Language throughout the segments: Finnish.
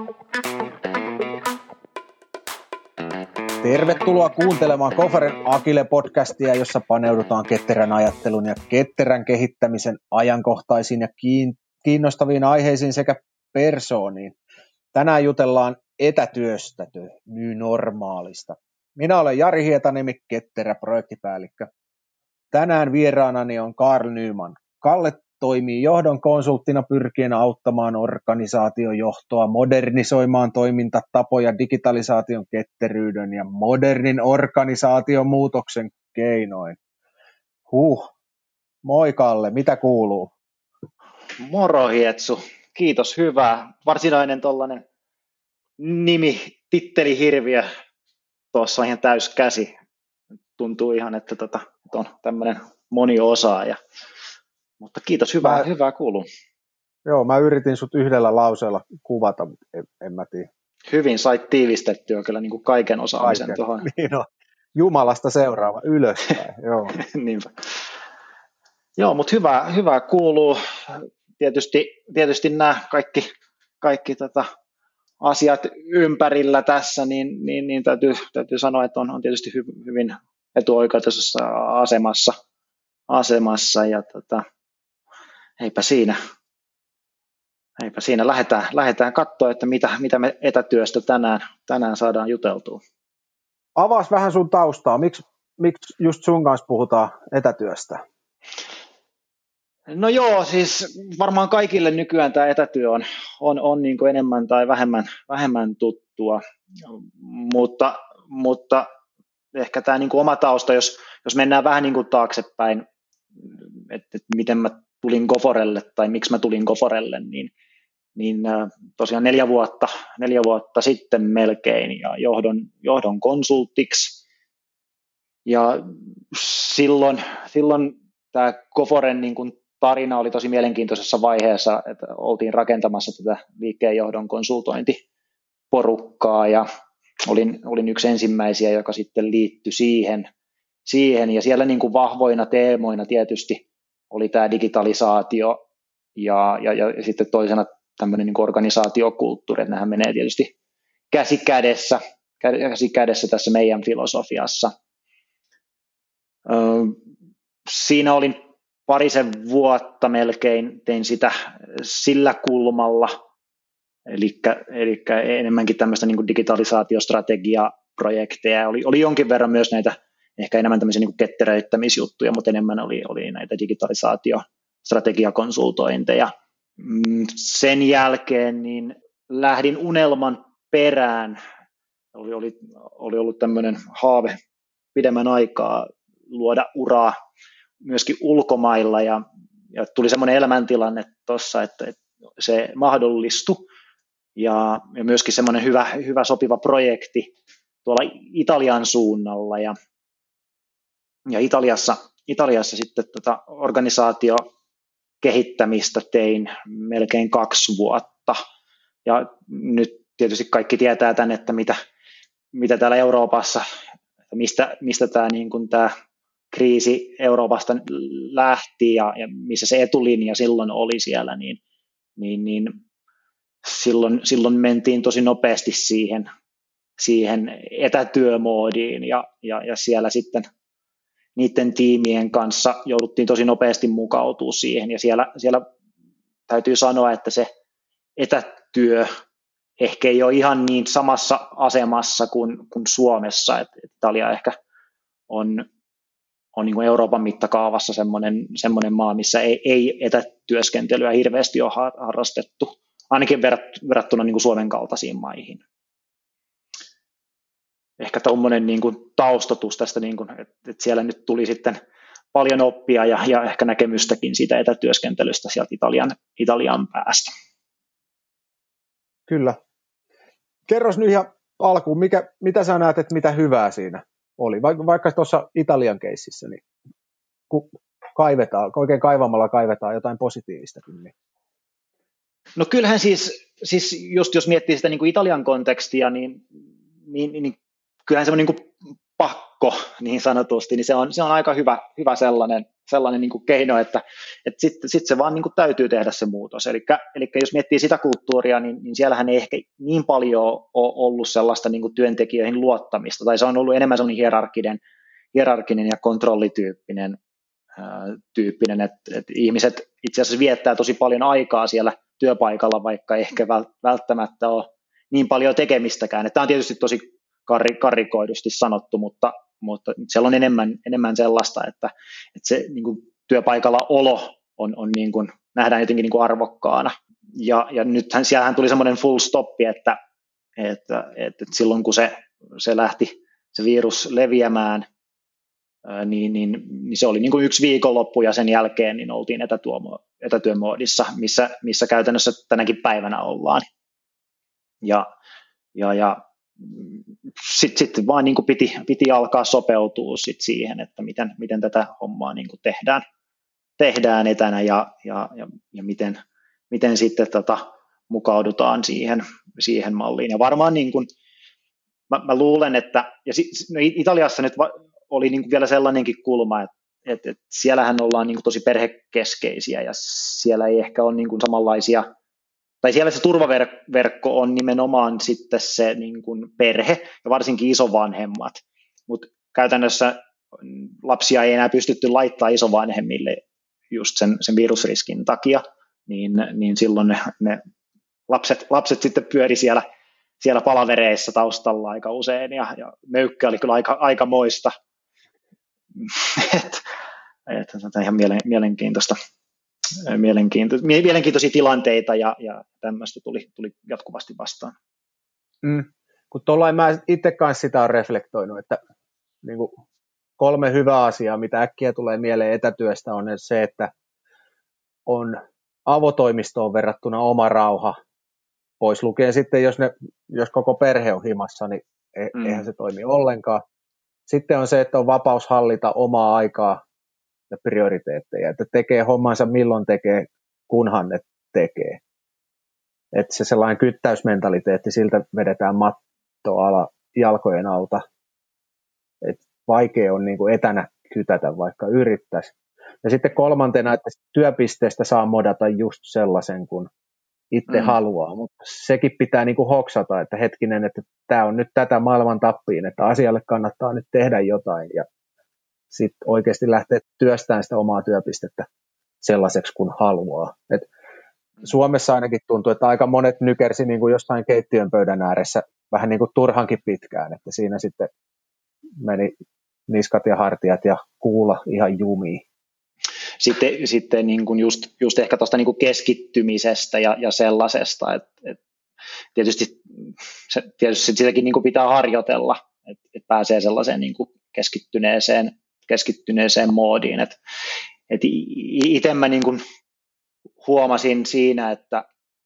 Tervetuloa kuuntelemaan Goferen Agile-podcastia, jossa paneudutaan ketterän ajattelun ja ketterän kehittämisen ajankohtaisiin ja kiinnostaviin aiheisiin sekä persooniin. Tänään jutellaan etätyöstä, New Normaalista. Minä olen Jari Hietaniemi, ketterä projektipäällikkö. Tänään vieraanani on Carl Nyman. Kalle toimii johdon konsulttina pyrkien auttamaan organisaatiojohtoa modernisoimaan toimintatapoja digitalisaation ketteryyden ja modernin organisaatiomuutoksen keinoin. Moi Kalle, mitä kuuluu? Moro Hietsu, kiitos, hyvää. Varsinainen tollainen titteli-hirviö tuossa ihan täys käsi. Tuntuu ihan, että on tämmöinen moniosaaja. Mutta kiitos, hyvää kuuluu. Joo, mä yritin sut yhdellä lauseella kuvata, mutta en mä tiedä. Hyvin sait tiivistettyä kyllä niin kuin kaiken osaamisen tuohon. Niin on. Jumalasta seuraava, ylöspäin. Joo. Niinpä. Joo, mutta hyvää kuuluu. Tietysti nämä kaikki asiat ympärillä tässä, niin täytyy sanoa, että on tietysti hyvin etuoikeutetussa asemassa ja eipä siinä lähdetään katsoa, että mitä me etätyöstä tänään saadaan juteltua. Avaas vähän sun taustaa. Miksi just sun kanssa puhutaan etätyöstä? No joo, siis varmaan kaikille nykyään tämä etätyö on niin kuin enemmän tai vähemmän tuttua, mutta ehkä tämä niin kuin oma tausta, jos mennään vähän niin kuin taaksepäin, että miten mä tulin Goforelle tai miksi mä tulin Goforelle, niin tosiaan 4 vuotta sitten melkein ja johdon konsultiksi. Ja silloin tämä Goforen niin kuin tarina oli tosi mielenkiintoisessa vaiheessa, että oltiin rakentamassa tätä liikkeenjohdon konsultointiporukkaa ja olin yksi ensimmäisiä, joka sitten liittyi siihen ja siellä niin kuin vahvoina teemoina tietysti oli tämä digitalisaatio ja sitten toisena tämmöinen niin kuin organisaatiokulttuuri, että nämähän menee tietysti käsi kädessä tässä meidän filosofiassa. Siinä olin parisen vuotta melkein, tein sitä sillä kulmalla, eli enemmänkin tämmöistä niin kuin digitalisaatiostrategiaprojekteja. Oli jonkin verran myös näitä, ehkä enemmän tämmöisiä niin kuin ketteröittämisjuttuja, mutta enemmän oli näitä digitalisaatiostrategiakonsultointeja. Sen jälkeen niin lähdin unelman perään. Oli ollut tämmöinen haave pidemmän aikaa luoda uraa myöskin ulkomailla ja tuli semmoinen elämäntilanne tuossa, että se mahdollistui ja myöskin semmoinen hyvä sopiva projekti tuolla Italian suunnalla ja Italiassa sitten organisaatiokehittämistä tein melkein 2 vuotta ja nyt tietysti kaikki tietää tämän, että mitä täällä Euroopassa, mistä tämä niin kuin tämä kriisi Euroopasta lähti ja missä se etulinja silloin oli siellä, niin silloin mentiin tosi nopeasti siihen etätyömoodiin ja siellä sitten niiden tiimien kanssa jouduttiin tosi nopeasti mukautua siihen ja siellä täytyy sanoa, että se etätyö ehkä ei ole ihan niin samassa asemassa kuin Suomessa, että Italia ehkä on niin kuin Euroopan mittakaavassa semmoinen maa, missä ei etätyöskentelyä hirveästi ole harrastettu, ainakin verrattuna niin kuin Suomen kaltaisiin maihin. Ehkä tuommoinen niin kuin taustatus tästä, niin kuin, että siellä nyt tuli sitten paljon oppia ja ehkä näkemystäkin siitä etätyöskentelystä sieltä Italian päästä. Kyllä. Kerros nyt ihan alkuun, mitä sä näet, että mitä hyvää siinä oli? Vaikka tuossa Italian keississä, niin kun oikein kaivamalla kaivetaan jotain positiivistakin. Niin. No kyllähän siis just jos miettii sitä niin kuin Italian kontekstia, niin kyllähän semmoinen niin kuin pakko niin sanotusti, niin se on aika hyvä sellainen sellainen niin kuin keino, että sitten se vaan niin kuin täytyy tehdä se muutos. Eli jos miettii sitä kulttuuria, niin siellähän ei ehkä niin paljon ole ollut sellaista niin kuin työntekijöihin luottamista, tai se on ollut enemmän sellainen hierarkinen ja kontrollityyppinen, että ihmiset itse asiassa viettää tosi paljon aikaa siellä työpaikalla, vaikka ehkä välttämättä ole niin paljon tekemistäkään. Tämä on tietysti tosi karrikoidusti sanottu, mutta siellä on enemmän sellaista, että se niin kuin työpaikalla olo on niin kuin, nähdään jotenkin niin kuin arvokkaana. Ja nythän siellähän tuli semmoinen full stoppi, että silloin kun se lähti se virus leviämään, niin se oli niin kuin 1 viikonloppu ja sen jälkeen niin oltiin etätyömoodissa, missä käytännössä tänäkin päivänä ollaan. Ja sitten vaan niin kuin piti alkaa sopeutua sit siihen, että miten tätä hommaa niin kuin tehdään etänä ja miten sitten mukaudutaan siihen malliin. Ja varmaan niin kuin, mä luulen, että Italiassa nyt oli niin kuin vielä sellainenkin kulma, että siellähän ollaan niin kuin tosi perhekeskeisiä ja siellä ei ehkä ole niin kuin samanlaisia, tai siellä se turvaverkko on nimenomaan sitten se niin kuin perhe ja varsinkin isovanhemmat, mutta käytännössä lapsia ei enää pystytty laittaa isovanhemmille just sen virusriskin takia, niin silloin ne lapset sitten pyöri siellä palavereissa taustalla aika usein ja möykkä oli kyllä aika moista. Että ihan mielenkiintoisia tilanteita ja tämmöistä tuli jatkuvasti vastaan. Kun tuollain mä itse kanssa sitä olen reflektoinut, että niin kuin 3 hyvää asiaa, mitä äkkiä tulee mieleen etätyöstä, on se, että on avotoimistoon verrattuna oma rauha, pois lukien sitten, jos koko perhe on himassa, niin eihän se toimi ollenkaan. Sitten on se, että on vapaus hallita omaa aikaa ja prioriteetteja, että tekee hommansa milloin tekee, kunhan ne tekee. Että se sellainen kyttäysmentaliteetti, siltä vedetään matto ala jalkojen alta. Että vaikea on niin kuin etänä kytätä, vaikka yrittäisi. Ja sitten 3, että työpisteestä saa modata just sellaisen, kun itse haluaa, mutta sekin pitää niin kuin hoksata, että hetkinen, että tämä on nyt tätä maailman tappiin, että asialle kannattaa nyt tehdä jotain ja sitten oikeasti lähteä työstämään sitä omaa työpistettä sellaiseksi, kun haluaa. Et Suomessa ainakin tuntuu, että aika monet nykersi niin kuin jossain keittiön pöydän ääressä vähän niin kuin turhankin pitkään, että siinä sitten meni niskat ja hartiat ja kuulla ihan jumiin. Sitten niin kuin just ehkä tuosta niin kuin keskittymisestä ja sellaisesta, että tietysti sitäkin niin kuin pitää harjoitella, että pääsee sellaiseen niin kuin keskittyneeseen moodiin, että itse mä niin kuin huomasin siinä, että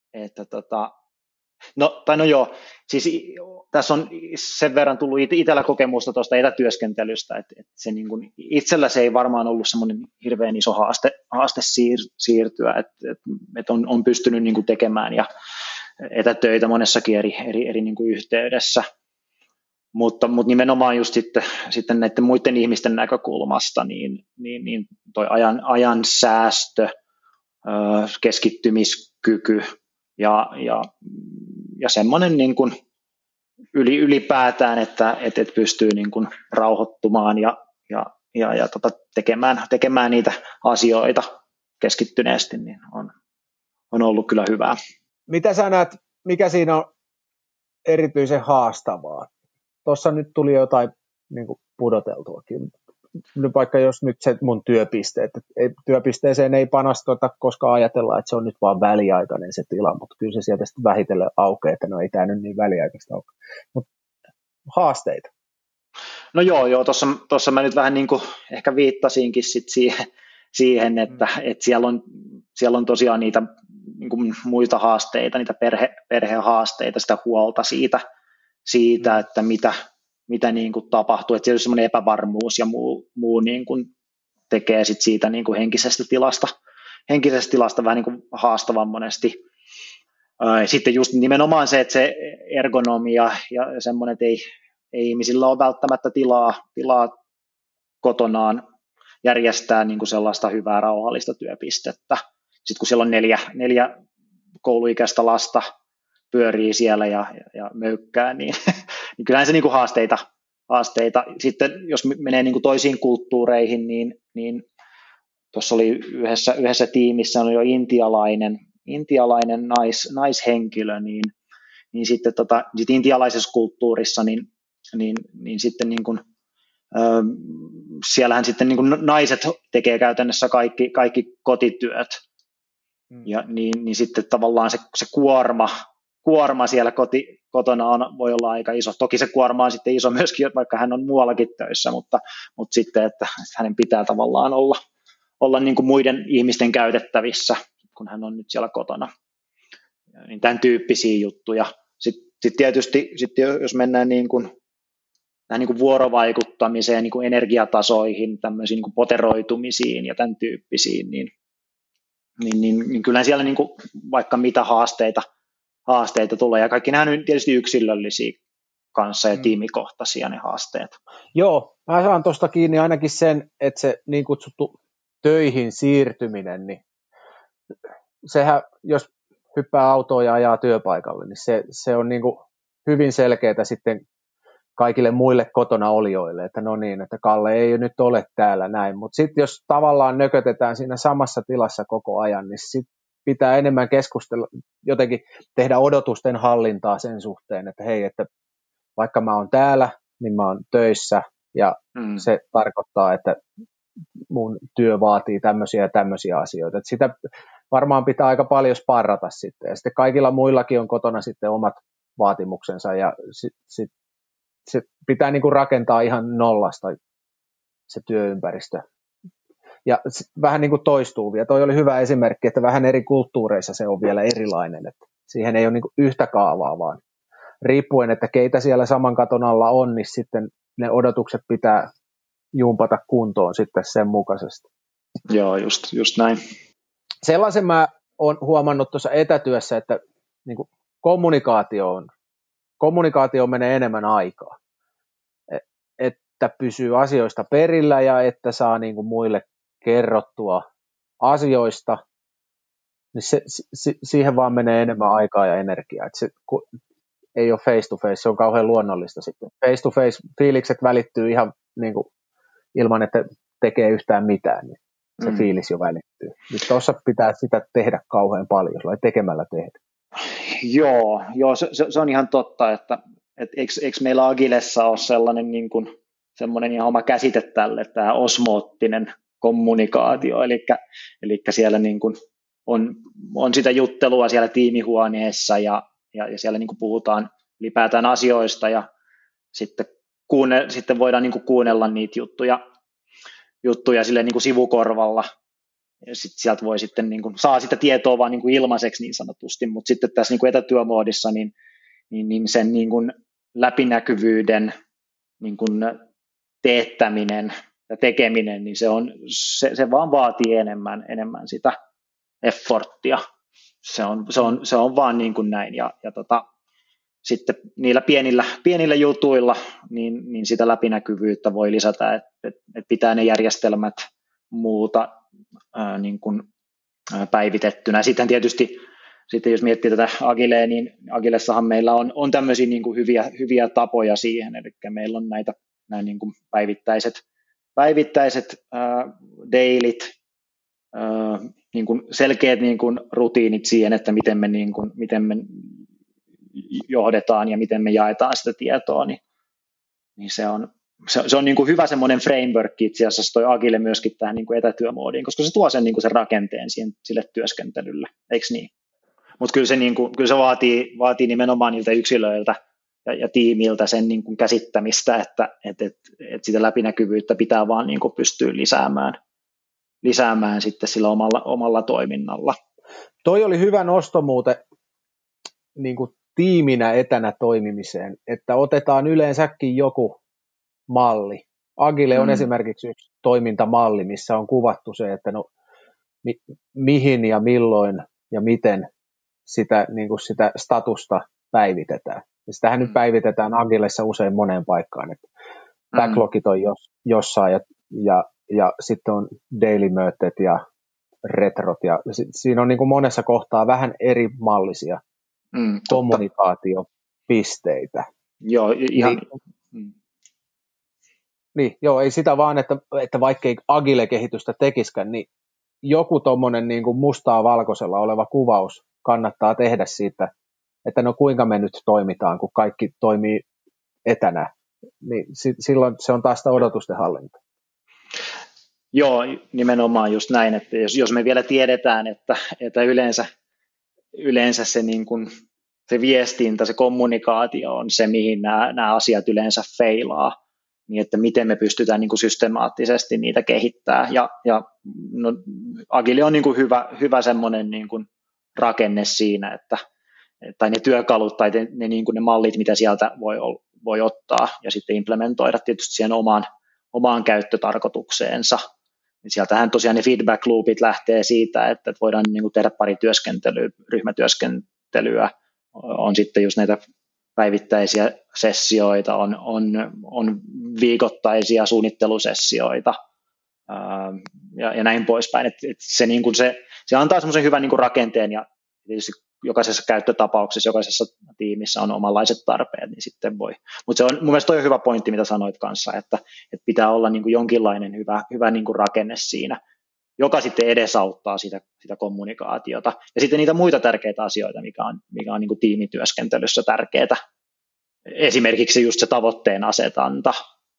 siis tässä on sen verran tullut itsellä kokemusta tuosta etätyöskentelystä, että se niin kuin, itsellä se ei varmaan ollut semmoinen hirveän iso haaste siirtyä, että on pystynyt niin kuin tekemään ja etätöitä monessakin eri niin kuin yhteydessä, mutta nimenomaan just sitten näiden muiden ihmisten näkökulmasta, niin toi ajan säästö, keskittymiskyky ja semmoinen niin kuin ylipäätään, että pystyy niin kuin rauhoittumaan ja tekemään niitä asioita keskittyneesti, niin on ollut kyllä hyvää. Mitä sä näet, mikä siinä on erityisen haastavaa? Tuossa nyt tuli jotain niin kuin pudoteltuakin. Vaikka jos nyt se mun työpiste, että työpisteeseen ei panastota, koska ajatellaan, että se on nyt vaan väliaikainen se tila, mutta kyllä se sieltä sitten vähitellen aukeaa, että no ei tämä nyt niin väliaikaista aukeaa. Mutta haasteita. No joo, tuossa mä nyt vähän niin kuin ehkä viittasinkin sit siihen, että siellä on tosiaan niitä niin kuin muita haasteita, niitä perhehaasteita, sitä huolta siitä että mitä niin kuin tapahtuu, että siellä on semmoinen epävarmuus ja muu niin kuin tekee sit siitä niin kuin henkisestä tilasta vähän niin kuin haastavan monesti. Sitten just nimenomaan se, että se ergonomia ja semmoinen, että ei ihmisillä ole välttämättä tilaa kotonaan järjestää niin kuin sellaista hyvää rauhallista työpistettä. Sitten kun siellä on neljä kouluikäistä lasta pyörii siellä ja möykkää, niin kyllähän se niin kuin haasteita. Sitten jos menee niin kuin toisiin kulttuureihin, niin tuossa oli yhdessä tiimissä oli jo intialainen naishenkilö, niin sitten sit intialaisessa kulttuurissa, niin sitten niin kuin, siellähän sitten niin kuin naiset tekee käytännössä kaikki kotityöt, ja niin sitten tavallaan se kuorma siellä kotona voi olla aika iso. Toki se kuorma on sitten iso myöskin, vaikka hän on muuallakin töissä, mutta sitten, että hänen pitää tavallaan olla niin kuin muiden ihmisten käytettävissä, kun hän on nyt siellä kotona. Niin tämän tyyppisiä juttuja. Sitten tietysti, jos mennään niin kuin vuorovaikuttamiseen, niin kuin energiatasoihin, tämmöisiin niin kuin poteroitumisiin ja tämän tyyppisiin, niin kyllähän siellä niin kuin vaikka mitä haasteita tulee, ja kaikki nämä on tietysti yksilöllisiä kanssa ja tiimikohtaisia ne haasteet. Joo, mä saan tuosta kiinni ainakin sen, että se niin kutsuttu töihin siirtyminen, niin sehän, jos hyppää autoon ja ajaa työpaikalle, niin se on niin kuin hyvin selkeää sitten kaikille muille kotona olijoille, että no niin, että Kalle ei nyt ole täällä näin, mutta sitten jos tavallaan nökötetään siinä samassa tilassa koko ajan, niin sitten pitää enemmän keskustella, jotenkin tehdä odotusten hallintaa sen suhteen, että hei, että vaikka mä oon täällä, niin mä oon töissä, ja se tarkoittaa, että mun työ vaatii tämmöisiä ja tämmöisiä asioita. Että sitä varmaan pitää aika paljon sparrata sitten, ja sitten kaikilla muillakin on kotona sitten omat vaatimuksensa, ja se pitää niin kuin rakentaa ihan nollasta se työympäristö. Ja vähän niin kuin toistuu vielä. Toi oli hyvä esimerkki, että vähän eri kulttuureissa se on vielä erilainen. Että siihen ei ole niin kuin yhtä kaavaa, vaan riippuen, että keitä siellä saman katon alla on, niin sitten ne odotukset pitää jumpata kuntoon sitten sen mukaisesti. Joo, just näin. Sellaisen mä oon huomannut tuossa etätyössä, että niin kuin kommunikaatioon menee enemmän aikaa. Että pysyy asioista perillä ja että saa niin kuin muille kerrottua asioista, niin siihen vaan menee enemmän aikaa ja energiaa. Että se ei ole face to face, se on kauhean luonnollista sitten. Face to face fiilikset välittyy ihan niin kuin, ilman, että tekee yhtään mitään, niin se fiilis jo välittyy. Nyt tuossa pitää sitä tehdä kauhean paljon, tekemällä tehdä. Joo, se on ihan totta, että eikö meillä Agilessa ole sellainen niin kuin, semmoinen ihan oma käsite tälle, tämä osmoottinen kommunikaatio, eli siellä niin kuin on sitä juttelua siellä tiimihuoneessa ja siellä niin kuin puhutaan ylipäätään asioista ja sitten voidaan niin kuin kuunnella niitä juttuja silleen niin kuin sivukorvalla. Ja sitten sieltä voi sitten niin kuin, saa sitä tietoa vaan niin kuin ilmaiseksi niin sanotusti, mutta sitten tässä niin kuin etätyömoodissa niin sen niin kuin läpinäkyvyyden niin kuin teettäminen ja tekeminen, niin se vaan vaatii enemmän sitä efforttia. Se on vaan niin kuin näin ja sitten niillä pienillä jutuilla niin sitä läpinäkyvyyttä voi lisätä, että pitää ne järjestelmät muuta niin kuin päivitettynä. Sitten tietysti jos miettii tätä Agilea, niin Agilessahan meillä on tämmöisiä niin kuin hyviä tapoja siihen, eli meillä on nämä niin kuin päivittäiset dailyt, niin kuin selkeät niin kuin rutiinit siihen, että miten me johdetaan ja miten me jaetaan sitä tietoa, niin se on niin kuin hyvä semmoinen framework itse asiassa toi Agile myöskin tähän niin kuin etätyömoodiin, koska se tuo sen, niin kuin sen rakenteen sille työskentelylle, eikö niin? Mutta kyllä se vaatii nimenomaan niiltä yksilöiltä ja tiimiltä sen niin kuin käsittämistä, että sitä läpinäkyvyyttä pitää vaan niin kuin pystyä lisäämään sitten sillä omalla toiminnalla. Toi oli hyvä nosto muuten niin kuin tiiminä etänä toimimiseen, että otetaan yleensäkin joku malli. Agile on esimerkiksi yksi toimintamalli, missä on kuvattu se, että no, mihin ja milloin ja miten sitä statusta päivitetään. Ja sitähän nyt päivitetään Agilessa usein moneen paikkaan, että backlogit on jossain ja sitten on daily möötet ja retrot, ja siinä on niin kuin monessa kohtaa vähän eri mallisia kommunikaatiopisteitä. Joo, ihan. Niin, joo, ei sitä vaan, että vaikkei agile-kehitystä tekiskään, niin joku tommonen niin kuin mustaa valkoisella oleva kuvaus kannattaa tehdä siitä, että no kuinka me nyt toimitaan, kun kaikki toimii etänä, niin silloin se on taas sitä odotusten hallinta. Joo, nimenomaan just näin, että jos me vielä tiedetään, että yleensä se, niin kuin, se viestintä, se kommunikaatio on se, mihin nämä asiat yleensä feilaa, niin että miten me pystytään niin kuin systemaattisesti niitä kehittämään. Ja no, Agile on niin kuin hyvä semmoinen niin kuin rakenne siinä, tai ne työkalut tai niin kuin ne mallit, mitä sieltä voi ottaa ja sitten implementoida tietysti siihen omaan käyttötarkoitukseensa. Sieltähän tosiaan ne feedback loopit lähtee siitä, että voidaan niin kuin tehdä pari ryhmätyöskentelyä, on sitten just näitä päivittäisiä sessioita, on viikoittaisia suunnittelusessioita ja näin poispäin. Et se, niin kuin se antaa semmoisen hyvän niin kuin rakenteen ja tietysti jokaisessa käyttötapauksessa, jokaisessa tiimissä on omanlaiset tarpeet, niin sitten voi. Mutta se on mun mielestä toi on hyvä pointti, mitä sanoit kanssa, että pitää olla niin kuin jonkinlainen hyvä niin kuin rakenne siinä, joka sitten edesauttaa sitä kommunikaatiota. Ja sitten niitä muita tärkeitä asioita, mikä on niin kuin tiimityöskentelyssä tärkeää. Esimerkiksi just se tavoitteen asetanta.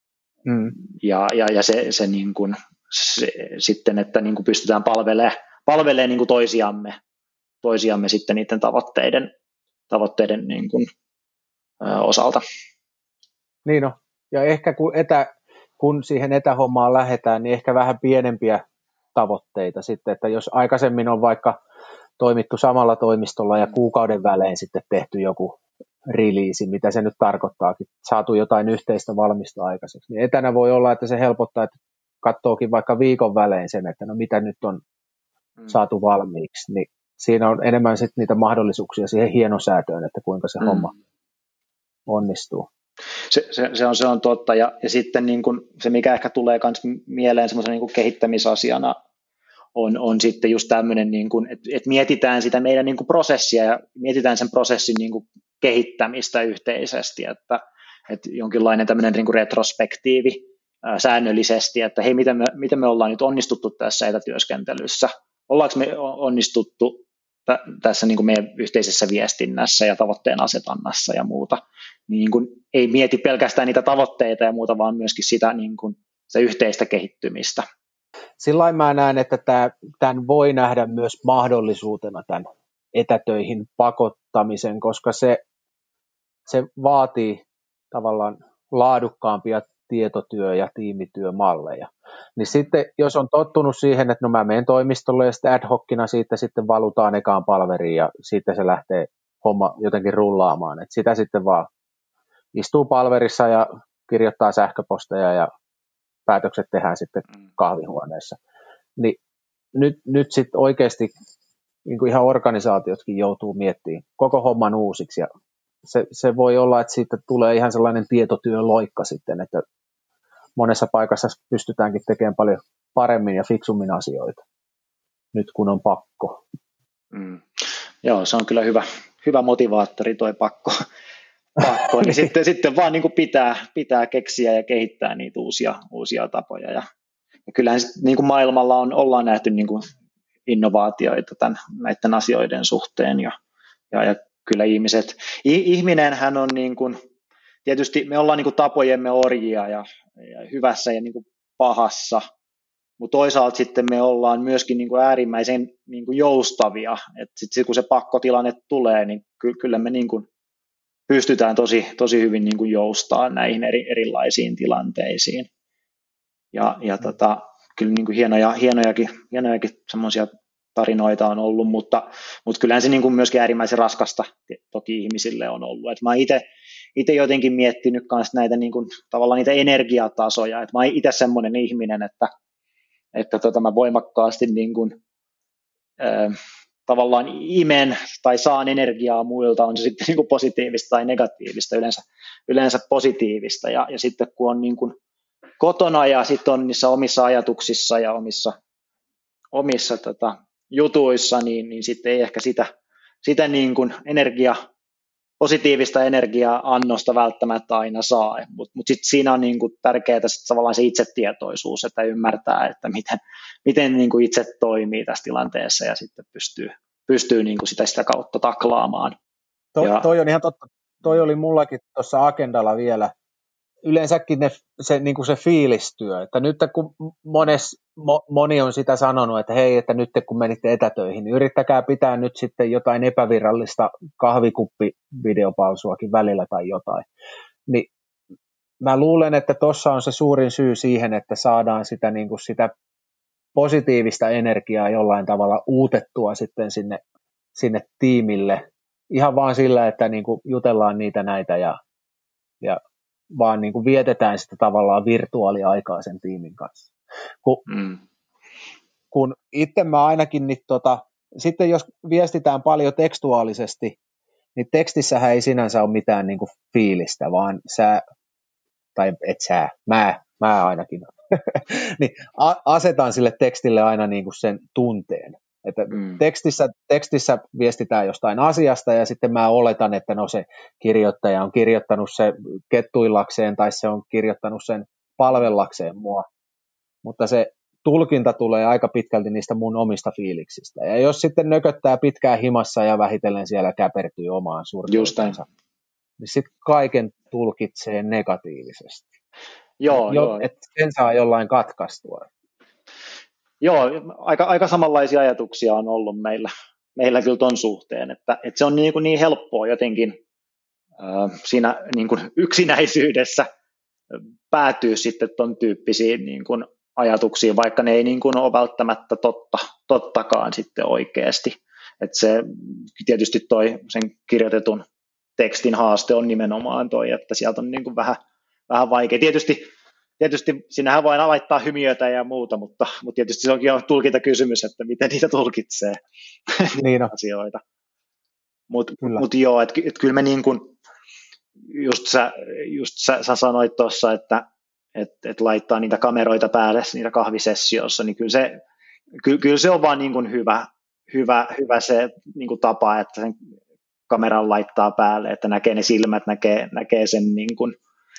Ja se, niin kuin, sitten, että niin kuin pystytään palvelemaan niin kuin toisiamme sitten niiden tavoitteiden niin kuin, osalta. Niin no, ja ehkä kun siihen etähommaan lähdetään, niin ehkä vähän pienempiä tavoitteita sitten, että jos aikaisemmin on vaikka toimittu samalla toimistolla ja kuukauden välein sitten tehty joku release, mitä se nyt tarkoittaakin, saatu jotain yhteistä valmista aikaiseksi, niin etänä voi olla, että se helpottaa, että katsookin vaikka viikon välein sen, että no mitä nyt on saatu valmiiksi, niin siinä on enemmän sitten niitä mahdollisuuksia siihen hienosäätöön, että kuinka se homma onnistuu. Se on totta, ja sitten niin kun se, mikä ehkä tulee myös mieleen semmoisen niin kun kehittämisasiana, on sitten just tämmöinen, niin kun, että mietitään sitä meidän niin kun prosessia ja mietitään sen prosessin niin kun kehittämistä yhteisesti, että jonkinlainen tämmöinen niin kun retrospektiivi säännöllisesti, että hei, miten me ollaan nyt onnistuttu tässä etätyöskentelyssä, ollaanko me onnistuttu tässä niin kuin meidän yhteisessä viestinnässä ja tavoitteen asetannassa ja muuta, niin kuin ei mieti pelkästään niitä tavoitteita ja muuta, vaan myöskin sitä, niin kuin, sitä yhteistä kehittymistä. Sillain mä näen, että tämän voi nähdä myös mahdollisuutena tämän etätöihin pakottamisen, koska se vaatii tavallaan laadukkaampia tietotyö- ja tiimityömalleja. Niin sitten, jos on tottunut siihen, että no mä menen toimistolle ja sitten ad hocina siitä sitten valutaan ekaan palveriin ja sitten se lähtee homma jotenkin rullaamaan. Että sitä sitten vaan istuu palverissa ja kirjoittaa sähköposteja ja päätökset tehdään sitten kahvihuoneessa. Niin nyt sitten oikeasti niin kuin ihan organisaatiotkin joutuu miettimään koko homman uusiksi ja se voi olla, että siitä tulee ihan sellainen tietotyöloikka sitten, että monessa paikassa pystytäänkin tekemään paljon paremmin ja fiksummin asioita, nyt kun on pakko. Joo, se on kyllä hyvä motivaattori toi pakko niin sitten vaan niin kuin pitää keksiä ja kehittää niitä uusia tapoja. Ja kyllähän niin kuin maailmalla ollaan nähty niin kuin innovaatioita näiden asioiden suhteen ja kyllä ihminenhän on niin kuin, tietysti me ollaan niin kuin tapojemme orjia ja hyvässä ja niin kuin pahassa, mutta toisaalta sitten me ollaan myöskin niin kuin äärimmäisen niin kuin joustavia, että sitten kun se pakkotilanne tulee, niin kyllä me niin kuin pystytään tosi hyvin niin kuin joustamaan näihin erilaisiin tilanteisiin. Ja kyllä niin kuin hienojakin semmoisia tarinoita on ollut, mutta kyllähän se niin kuin myöskin äärimmäisen raskasta toki ihmisille on ollut. Et mä oon itse jotenkin miettinyt myös näitä niin kuin, tavallaan niitä energiatasoja. Et mä oon itse semmoinen ihminen, että mä voimakkaasti niin kuin, tavallaan imen tai saan energiaa muilta, on se sitten niin kuin positiivista tai negatiivista, yleensä positiivista. Ja sitten kun on niin kuin kotona ja sitten on niissä omissa ajatuksissa ja omissa jutuissa, niin sitten ei ehkä sitä niin kuin positiivista energia-annosta välttämättä aina saa, mutta sitten siinä on niin kuin tärkeää tavallaan se itsetietoisuus, että ymmärtää, että miten niin kuin itse toimii tässä tilanteessa ja sitten pystyy niin kuin sitä kautta taklaamaan. Toi on ihan totta. Toi oli mullakin tuossa agendalla vielä. Yleensäkin niin kuin se fiilistyö, että nyt kun moni on sitä sanonut, että hei, että nyt kun menitte etätöihin, niin yrittäkää pitää nyt sitten jotain epävirallista kahvikuppivideopausuakin välillä tai jotain. Niin mä luulen, että tuossa on se suurin syy siihen, että saadaan sitä, niin kuin sitä positiivista energiaa jollain tavalla uutettua sitten sinne tiimille. Ihan vaan sillä, että niin kuin jutellaan niitä näitä ja vaan niin kuin vietetään sitä tavallaan virtuaaliaikaa sen tiimin kanssa. Kun itse mä ainakin, niin sitten jos viestitään paljon tekstuaalisesti, niin tekstissähän ei sinänsä ole mitään niin kuin fiilistä, vaan mä ainakin, niin asetan sille tekstille aina niin kuin sen tunteen. Että tekstissä viestitään jostain asiasta ja sitten mä oletan, että no se kirjoittaja on kirjoittanut se kettuillakseen tai se on kirjoittanut sen palvellakseen mua, mutta se tulkinta tulee aika pitkälti niistä mun omista fiiliksistä. Ja jos sitten nököttää pitkään himassa ja vähitellen siellä käpertyy omaan surkeutensa, niin sitten kaiken tulkitsee negatiivisesti. Joo. Että sen saa jollain katkaistua. Joo, aika samanlaisia ajatuksia on ollut meillä kyllä ton suhteen, että se on niin helppoa jotenkin siinä niin kuin yksinäisyydessä päätyy sitten ton tyyppisiin niin kuin ajatuksiin, vaikka ne ei niin kuin ole välttämättä tottakaan sitten oikeasti. Että se tietysti sen kirjoitetun tekstin haaste on nimenomaan että sieltä on niin kuin vähän vaikea. Tietysti sinähän voi laittaa hymiötä ja muuta, mutta tietysti se onkin tulkintakysymys, että miten niitä tulkitsee niin asioita. Mutta joo, että kyllä me niin kuin, just sä sanoit tuossa, että laittaa niitä kameroita päälle niitä kahvisessiossa, niin kyllä se on vaan niin kuin hyvä se niin kuin tapa, että sen kameran laittaa päälle, että näkee ne silmät, näkee sen niin kuin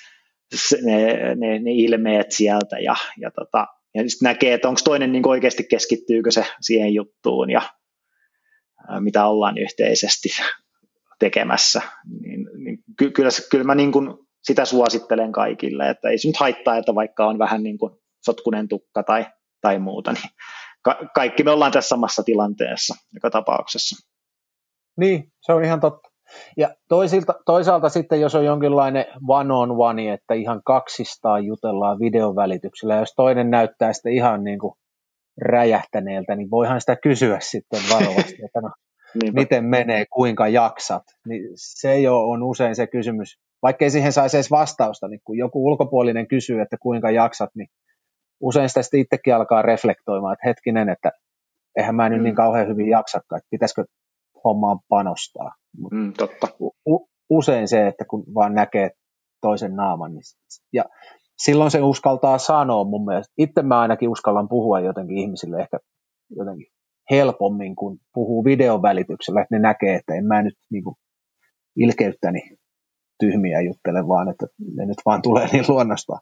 ne ilmeet sieltä ja sitten näkee, että onko toinen niin oikeasti keskittyykö se siihen juttuun ja mitä ollaan yhteisesti tekemässä. Niin kyllä mä niin kuin sitä suosittelen kaikille, että ei se nyt haittaa, että vaikka on vähän niin kuin sotkunen tukka tai muuta, niin kaikki me ollaan tässä samassa tilanteessa joka tapauksessa. Niin, se on ihan totta. Ja toisaalta sitten, jos on jonkinlainen one-on-one, että ihan kaksistaan jutellaan videon välityksellä, jos toinen näyttää sitten ihan niin kuin räjähtäneeltä, niin voihan sitä kysyä sitten varovasti, että no, miten menee, kuinka jaksat. Niin se jo on usein se kysymys, vaikkei siihen saisi edes vastausta, niin kun joku ulkopuolinen kysyy, että kuinka jaksat, niin usein sitä sitten itsekin alkaa reflektoimaan, että hetkinen, että eihän mä nyt niin kauhean hyvin jaksakaan, että pitäisikö hommaan panostaa. Totta. Usein se, että kun vaan näkee toisen naaman, niin ja silloin se uskaltaa sanoa mun mielestä. Itse mä ainakin uskallan puhua jotenkin ihmisille ehkä jotenkin helpommin, kun puhuu videon välityksellä, että ne näkee, että en mä nyt niin kuin ilkeyttäni tyhmiä juttele, vaan että ne nyt vaan tulee niin luonnostaan.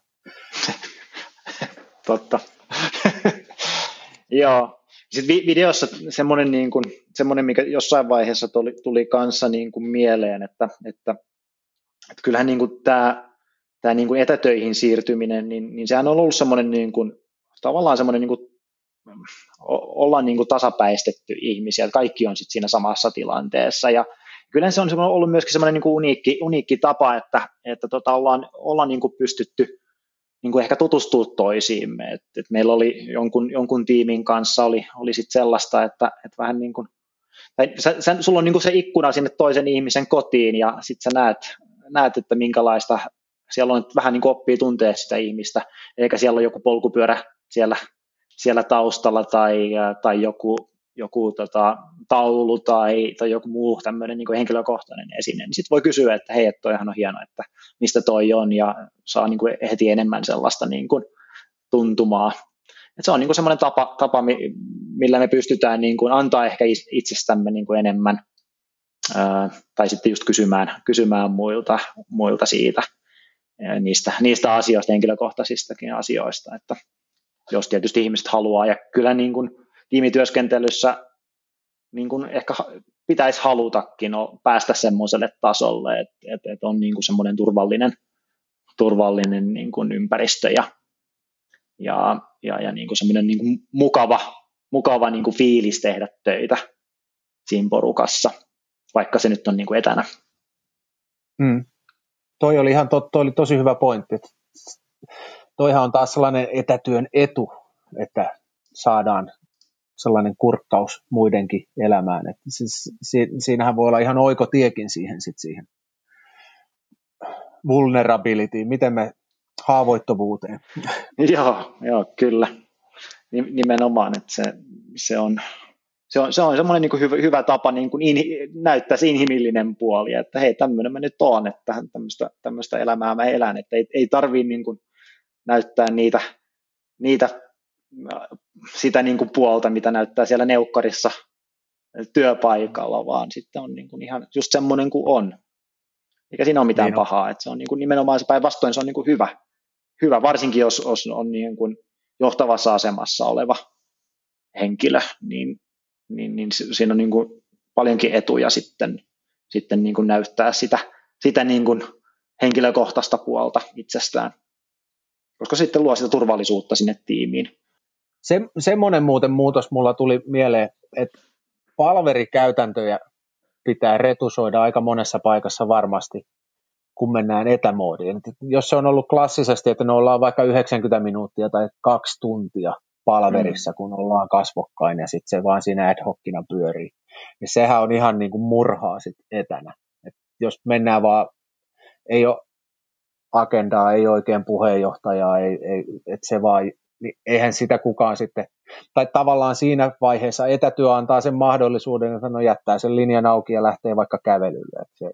Totta. Joo. Sitten videossa semmoinen, mikä jossain vaiheessa tuli kanssa niin kuin mieleen, että kyllähän niin kuin tämä niin kuin etätöihin siirtyminen, niin sehän on ollut semmoinen niin kuin, tavallaan semmoinen, niin kuin, ollaan niin kuin tasapäistetty ihmisiä, että kaikki on sitten siinä samassa tilanteessa, ja kyllä se on ollut myöskin semmoinen niin kuin uniikki tapa, että ollaan niin kuin pystytty niin kuin ehkä tutustua toisiimme, että meillä oli jonkun tiimin kanssa oli sit sellaista, että vähän niin kuin, sulla on niin kuin se ikkuna sinne toisen ihmisen kotiin ja sitten sä näet, että minkälaista, siellä on vähän niin kuin oppii tuntea sitä ihmistä, eikä siellä ole joku polkupyörä siellä taustalla tai joku taulu tai joku muu tämmöinen niin kuin henkilökohtainen esine, niin sitten voi kysyä, että hei, että toihan on hieno, että mistä toi on, ja saa niin kuin heti enemmän sellaista niin kuin tuntumaa. Et se on niin kuin semmoinen tapa, millä me pystytään niin kuin antaa ehkä itsestämme niin kuin enemmän, tai sitten just kysymään muilta siitä, niistä asioista, henkilökohtaisistakin asioista, että jos tietysti ihmiset haluaa, ja kyllä niin kuin tiimityöskentelyssä niin kuin ehkä pitäisi halutakin päästä semmoiselle tasolle, että on niin kuin semmoinen turvallinen niin kuin ympäristö ja niin kuin semmoinen niin kuin mukava niin kuin fiilis tehdä töitä siinä porukassa, vaikka se nyt on niin kuin etänä. Toi oli toi oli tosi hyvä pointti. Toihan on taas sellainen etätyön etu, että saadaan sellainen kurkkaus muidenkin elämään. Että siinähän voi olla ihan oikotiekin siihen vulnerabilityin, miten me haavoittuvuuteen. Joo, kyllä. Nimenomaan, että se on semmoinen niin kuin hyvä tapa niin kuin näyttää se inhimillinen puoli, että hei, tämmöinen mä nyt oon, että tämmöistä elämää mä elän, että ei tarvitse niin kuin näyttää sitä niin kuin puolta, mitä näyttää siellä neukkarissa työpaikalla, vaan sitten on niin kuin ihan just semmoinen kuin on. Eikä siinä ole mitään pahaa, että se on niin kuin nimenomaan se päinvastoin, se on niin kuin hyvä, varsinkin jos on niin kuin johtavassa asemassa oleva henkilö, niin siinä on niin kuin paljonkin etuja sitten niin kuin näyttää sitä niin kuin henkilökohtaista puolta itsestään, koska sitten luo sitä turvallisuutta sinne tiimiin. Semmoinen muuten muutos mulla tuli mieleen, että palverikäytäntöjä pitää retusoida aika monessa paikassa varmasti, kun mennään etämoodiin. Jos se on ollut klassisesti, että ne ollaan vaikka 90 minuuttia tai 2 tuntia palverissa, kun ollaan kasvokkain ja sitten se vaan siinä ad hocina pyörii, niin sehän on ihan niin kuin murhaa sitten etänä. Et jos mennään vaan, ei ole agendaa, ei oikein puheenjohtajaa, että se vaan, niin eihän sitä kukaan sitten, tai tavallaan siinä vaiheessa etätyö antaa sen mahdollisuuden, että no jättää sen linjan auki ja lähtee vaikka kävelylle.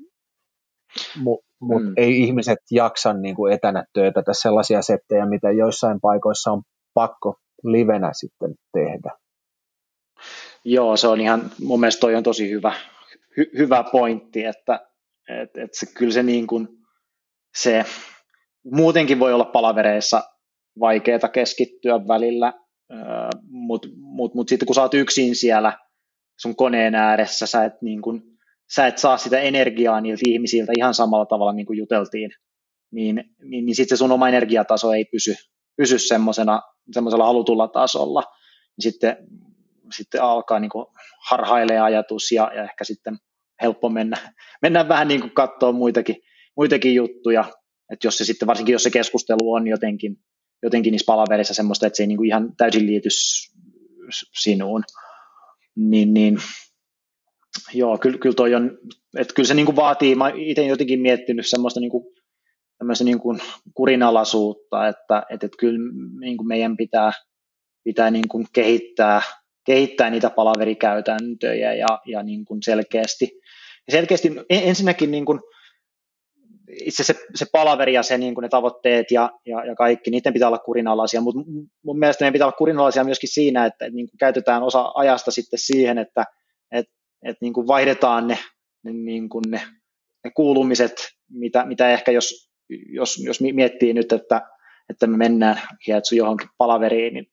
Mutta ei ihmiset jaksa niin kuin etänä työtä sellaisia settejä, mitä joissain paikoissa on pakko livenä sitten tehdä. Joo, se on ihan, mun mielestä toi on tosi hyvä pointti, että se, kyllä se niin kuin, se muutenkin voi olla palavereissa vaikeaa keskittyä välillä, mutta sitten kun sä oot yksin siellä sun koneen ääressä, sä et saa sitä energiaa niiltä ihmisiltä ihan samalla tavalla niin kuin juteltiin, niin sitten se sun oma energiataso ei pysy semmoisella halutulla tasolla, niin sitten alkaa niin kuin harhailee ajatus ja ehkä sitten helppo mennä vähän niin kuin katsoa muitakin juttuja, että jos se sitten, varsinkin jos se keskustelu on jotenkin niissä palaverissa semmoista, että se ei niin kuin ihan täysin liity sinuun, niin joo, kyllä toi on, että kyllä se niin kuin vaatii, mä itse jotenkin miettinyt semmoista niin kuin tämmöistä niin kuin kurinalaisuutta, että kyllä niin kuin meidän pitää niin kuin kehittää niitä palaverikäytäntöjä ja niin kuin selkeästi ensinnäkin niin kuin itse se palaveri ja se, niin kuin ne tavoitteet ja kaikki, niiden pitää olla kurinalaisia, mutta mun mielestä meidän pitää olla kurinalaisia myöskin siinä, että niin kuin käytetään osa ajasta sitten siihen, että niin kuin vaihdetaan ne kuulumiset, mitä ehkä jos miettii nyt, että me mennään hietsu johonkin palaveriin, niin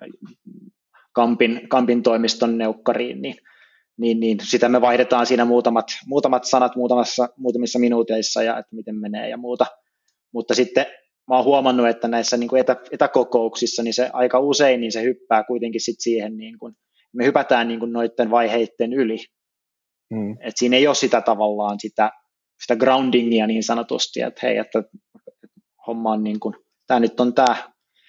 Kampin toimiston neukkariin, niin sitä me vaihdetaan siinä muutamat sanat muutamissa minuuteissa ja että miten menee ja muuta. Mutta sitten mä oon huomannut, että näissä niin kuin etäkokouksissa niin se aika usein niin se hyppää kuitenkin sit siihen, niin kuin, me hypätään niin kuin noiden vaiheiden yli. Et siinä ei ole sitä tavallaan sitä groundingia niin sanotusti, että hei, että homma on niin kuin, tämä nyt on tämä,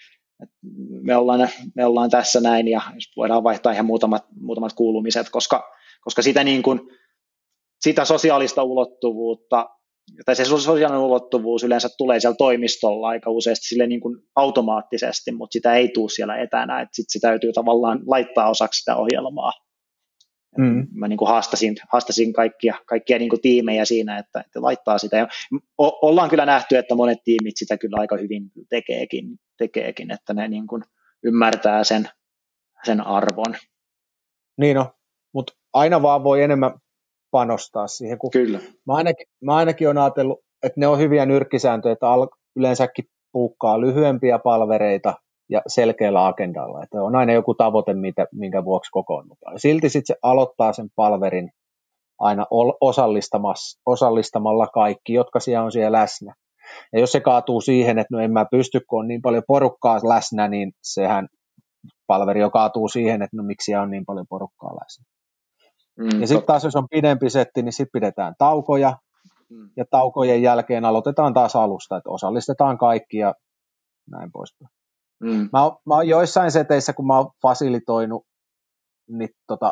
me ollaan tässä näin ja voidaan vaihtaa ihan muutamat kuulumiset, koska sitä, niin kuin, sitä sosiaalista ulottuvuutta, tai se sosiaalinen ulottuvuus yleensä tulee siellä toimistolla aika useasti sille niin kuin automaattisesti, mutta sitä ei tule siellä etänä, että sitten se täytyy tavallaan laittaa osaksi sitä ohjelmaa. Mä niin kuin haastasin kaikkia niin kuin tiimejä siinä, että laittaa sitä. Ja ollaan kyllä nähty, että monet tiimit sitä kyllä aika hyvin tekeekin että ne niin kuin ymmärtää sen arvon. Niin on, mutta aina vaan voi enemmän panostaa siihen. Kun kyllä. Mä ainakin olen ajatellut, että ne on hyviä nyrkkisääntöjä, että yleensäkin puukkaa lyhyempiä palvereita ja selkeällä agendalla. Että on aina joku tavoite, minkä vuoksi kokoonnutaan. Ja silti sitten se aloittaa sen palverin aina osallistamalla kaikki, jotka siellä on siellä läsnä. Ja jos se kaatuu siihen, että no en mä pysty, kun on niin paljon porukkaa läsnä, niin sehän palveri jo kaatuu siihen, että no miksi on niin paljon porukkaa läsnä. Ja sitten taas, jos on pidempi setti, niin sitten pidetään taukoja, ja taukojen jälkeen aloitetaan taas alusta, että osallistetaan kaikki ja näin poispäin. Mä oon joissain seteissä, kun mä oon fasilitoinut niin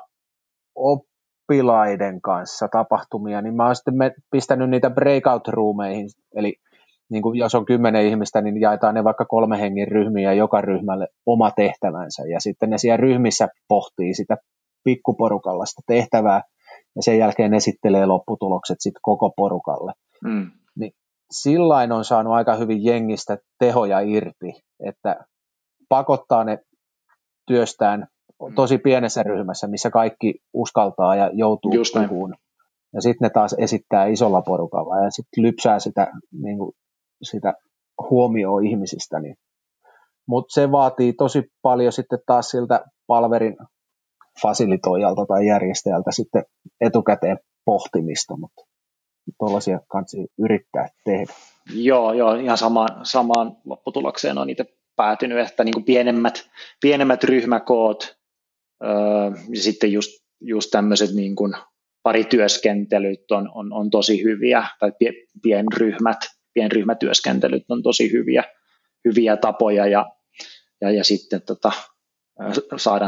oppilaiden kanssa tapahtumia, niin mä oon sitten pistänyt niitä breakout-roomeihin, eli niin kuin jos on 10 ihmistä, niin jaetaan ne vaikka 3 hengen ryhmiä, joka ryhmälle oma tehtävänsä, ja sitten ne siellä ryhmissä pohtii sitä pikkuporukalla sitä tehtävää, ja sen jälkeen esittelee lopputulokset sitten koko porukalle. Niin sillain on saanut aika hyvin jengistä tehoja irti, että pakottaa ne työstään tosi pienessä ryhmässä, missä kaikki uskaltaa ja joutuu puhuun. Ja sitten ne taas esittää isolla porukalla ja sitten lypsää sitä, niin kuin, sitä huomioon ihmisistä. Niin. Mutta se vaatii tosi paljon sitten taas siltä palverin fasilitoijalta tai järjestäjältä sitten etukäteen pohtimista, mutta tuollaisia kanssa yrittää tehdä. Joo, ihan samaan lopputulokseen on itse päätynyt, että niin kuin pienemmät ryhmäkoot ja sitten just tämmöiset niin kuin parityöskentelyt on tosi hyviä, tai pienryhmätyöskentelyt on tosi hyviä tapoja ja sitten saada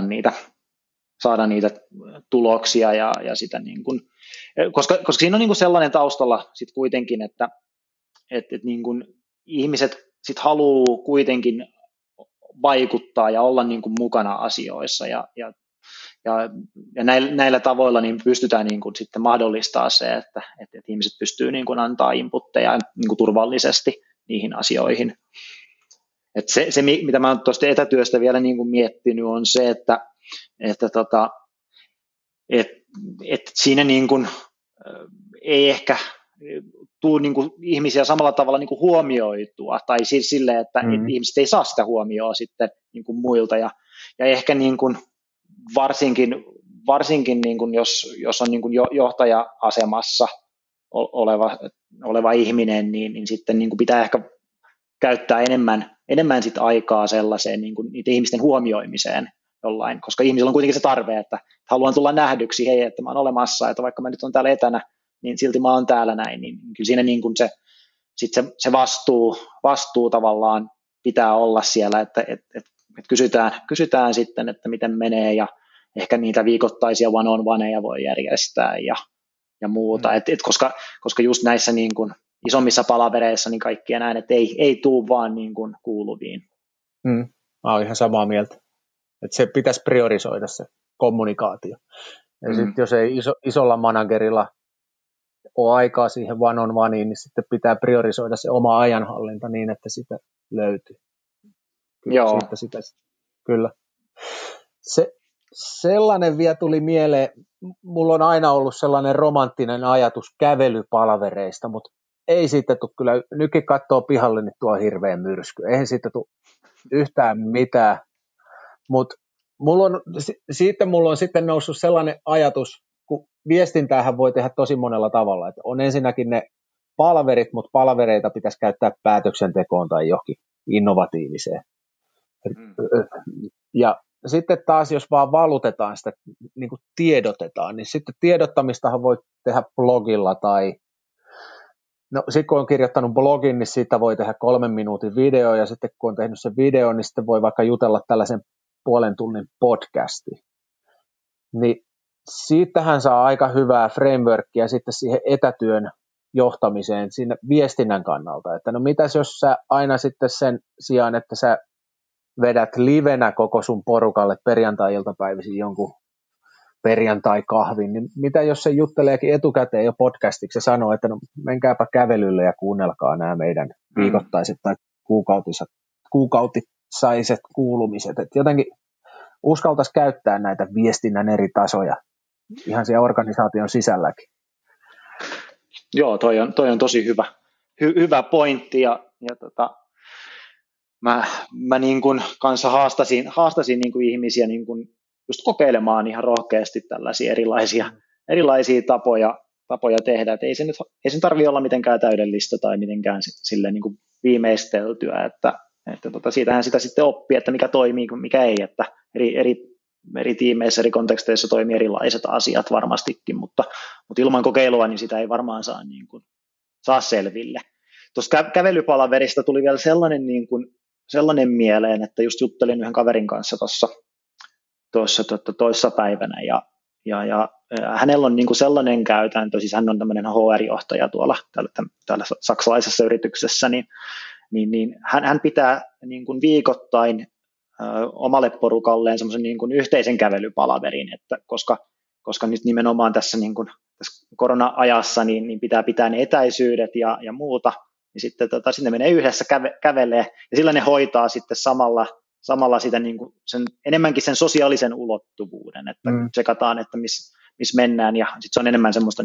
niitä tuloksia ja sitä niin kuin, koska siinä on niin kuin sellainen taustalla sit kuitenkin, että niin kuin ihmiset sit haluaa kuitenkin vaikuttaa ja olla niin kuin mukana asioissa ja näillä tavoilla niin pystytään niin kuin sitten mahdollistaa se, että ihmiset pystyy niin kuin antaa inputteja niin kuin turvallisesti niihin asioihin. Et se, mitä mä oon tuosta etätyöstä vielä niin kuin miettinyt, on se, että siinä niin kuin, ei ehkä tule niin kuin ihmisiä samalla tavalla niin kuin huomioitua, tai siis silleen, että ihmiset ei saa sitä huomioon sitten niin kuin muilta, ja ehkä niin kuin varsinkin niin kuin jos on niin kuin johtaja-asemassa oleva ihminen, niin sitten niin kuin pitää ehkä käyttää enemmän sit aikaa sellaiseen niin kuin niiden ihmisten huomioimiseen jollain, koska ihmisillä on kuitenkin se tarve, että haluan tulla nähdyksi, hei, että mä oon olemassa, että vaikka mä nyt on täällä etänä, niin silti mä oon täällä näin, niin kyllä siinä niin kuin se vastuu tavallaan pitää olla siellä, että kysytään sitten, että miten menee, ja ehkä niitä viikoittaisia one-on-oneja voi järjestää ja muuta, koska just näissä niin kuin isommissa palavereissa niin kaikkia näin, että ei tule vaan niin kuin kuuluviin. Mä oon ihan samaa mieltä, että se pitäisi priorisoida se kommunikaatio. Ja sitten jos ei isolla managerilla ole aikaa siihen one-on-oneen, niin sitten pitää priorisoida se oma ajanhallinta niin, että sitä löytyy. Joo. Kyllä. Sellainen vielä tuli mieleen, mulla on aina ollut sellainen romanttinen ajatus kävelypalvereista, mutta ei siitä tule kyllä, nytkin katsoo pihalle, niin tuo hirveä myrsky, eihän siitä tule yhtään mitään, mutta siitä mulla on sitten noussut sellainen ajatus, kun viestintäähän voi tehdä tosi monella tavalla, että on ensinnäkin ne palverit, mutta palvereita pitäisi käyttää päätöksentekoon tai johonkin innovatiiviseen. Ja sitten taas, jos vaan valutetaan sitä, niin kuin tiedotetaan, niin sitten tiedottamistahan voi tehdä blogilla tai, no sitten kun on kirjoittanut blogin, niin siitä voi tehdä 3 minuutin video, ja sitten kun on tehnyt sen video, niin sitten voi vaikka jutella tällaisen 0,5 tunnin podcasti. Niin siitähän saa aika hyvää frameworkia sitten siihen etätyön johtamiseen siinä viestinnän kannalta, että no mitäs jos sä aina sitten sen sijaan, että sä vedät livenä koko sun porukalle perjantai-iltapäivisin jonkun perjantai-kahvin, niin mitä jos se jutteleekin etukäteen jo podcastiksi ja sanoo, että no menkääpä kävelylle ja kuunnelkaa nämä meidän viikoittaiset tai kuukautisaiset kuulumiset, että jotenkin uskaltaisi käyttää näitä viestinnän eri tasoja ihan siellä organisaation sisälläkin. Joo, toi on tosi hyvä pointti ja mä niin kuin kanssa haastasin niin kuin ihmisiä niin kuin just kokeilemaan ihan rohkeasti tällaisia erilaisia tapoja tehdä, että ei sen tarvitse olla mitenkään täydellistä tai mitenkään sille niin kuin viimeisteltyä, että siitähän sitä sitten oppii, että mikä toimii, mikä ei, että eri tiimeissä, eri konteksteissa toimii erilaiset asiat varmastikin, mutta ilman kokeilua niin sitä ei varmaan saa selville. Tuosta kävelypalaverista tuli vielä sellainen mieleen, että just juttelin yhden kaverin kanssa tuossa toissa päivänä ja hänellä on niin kuin sellainen käytäntö, siis hän on tämmöinen HR-johtaja täällä saksalaisessa yrityksessä, niin hän pitää niin kuin viikoittain omalle porukalleen semmoisen niin kuin yhteisen kävelypalaverin, että koska nyt nimenomaan tässä, niin kuin, tässä korona-ajassa niin pitää ne etäisyydet ja muuta, niin sitten sinne menee yhdessä kävelee, ja sillä ne hoitaa sitten samalla sitä niin kuin enemmänkin sen sosiaalisen ulottuvuuden, että tsekataan, että missä mennään, ja sitten se on enemmän semmoista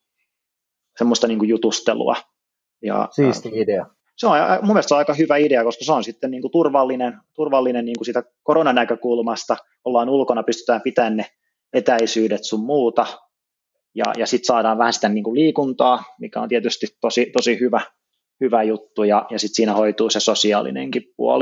niin kuin jutustelua. Siisti idea. Se on mun mielestä aika hyvä idea, koska se on sitten niin kuin turvallinen niin kuin siitä koronanäkökulmasta, ollaan ulkona, pystytään pitämään ne etäisyydet sun muuta, ja sitten saadaan vähän sitä niin kuin liikuntaa, mikä on tietysti tosi hyvä juttu, ja sitten siinä hoituu se sosiaalinenkin puoli.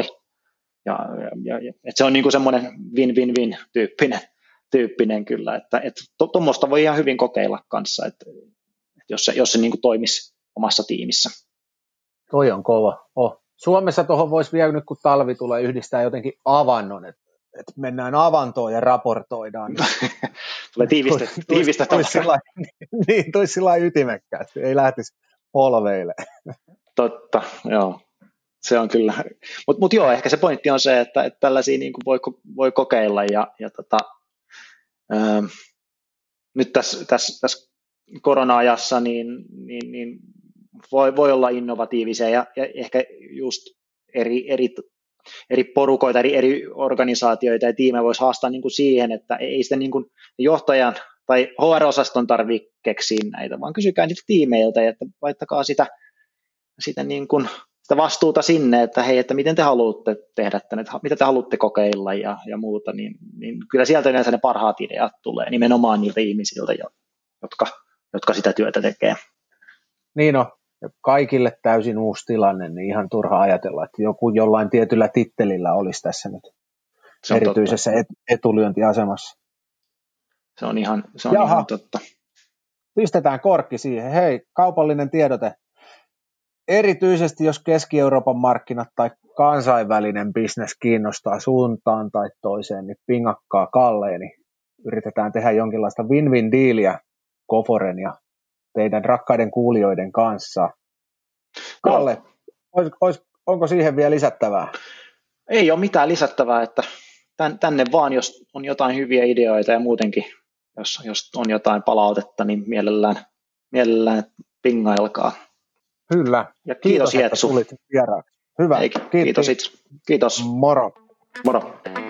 Et se on niin kuin semmoinen win-win-win tyyppinen kyllä, että tuommoista voi ihan hyvin kokeilla kanssa, että jos se niin kuin toimisi omassa tiimissä. Toi on kova. Suomessa tuohon voisi vielä nyt, kun talvi tulee, yhdistää jotenkin avannon, että mennään avantoon ja raportoidaan. Tulee tiivistä niin, toisi sillä lailla ytimekkäästi, ei lähtisi polveille. Totta, joo. Se on kyllä. Mutta joo, ehkä se pointti on se, että tällaisia niin kuin voi kokeilla nyt tässä korona-ajassa niin voi olla innovatiivisia ja ehkä just eri porukoita, eri organisaatioita ja tiimejä voisi haastaa niin kuin siihen, että ei sitä niin kuin johtajan tai HR-osaston tarvitse keksiä näitä, vaan kysykää niitä tiimeiltä, että laittakaa sitä niin kuin sitä vastuuta sinne, että hei, että miten te haluatte tehdä tänne, mitä te haluatte kokeilla ja muuta, niin kyllä sieltä yleensä ne parhaat ideat tulee nimenomaan niiltä ihmisiltä, jotka sitä työtä tekee. Niin on. Kaikille täysin uusi tilanne, niin ihan turha ajatella, että joku jollain tietyllä tittelillä olisi tässä nyt erityisessä etulyöntiasemassa. Se on ihan totta. Pistetään korkki siihen. Hei, kaupallinen tiedote. Erityisesti jos Keski-Euroopan markkinat tai kansainvälinen bisnes kiinnostaa suuntaan tai toiseen, niin pingakkaa Kalleen, niin yritetään tehdä jonkinlaista win-win-diiliä Koforen ja teidän rakkaiden kuulijoiden kanssa. Kalle, onko siihen vielä lisättävää? Ei ole mitään lisättävää, että tänne vaan, jos on jotain hyviä ideoita ja muutenkin, jos on jotain palautetta, niin mielellään pingailkaa. Kyllä. Ja kiitos Jetsu. Tulit vieraaksi. Hyvä. Kiitos. Moro. Moro.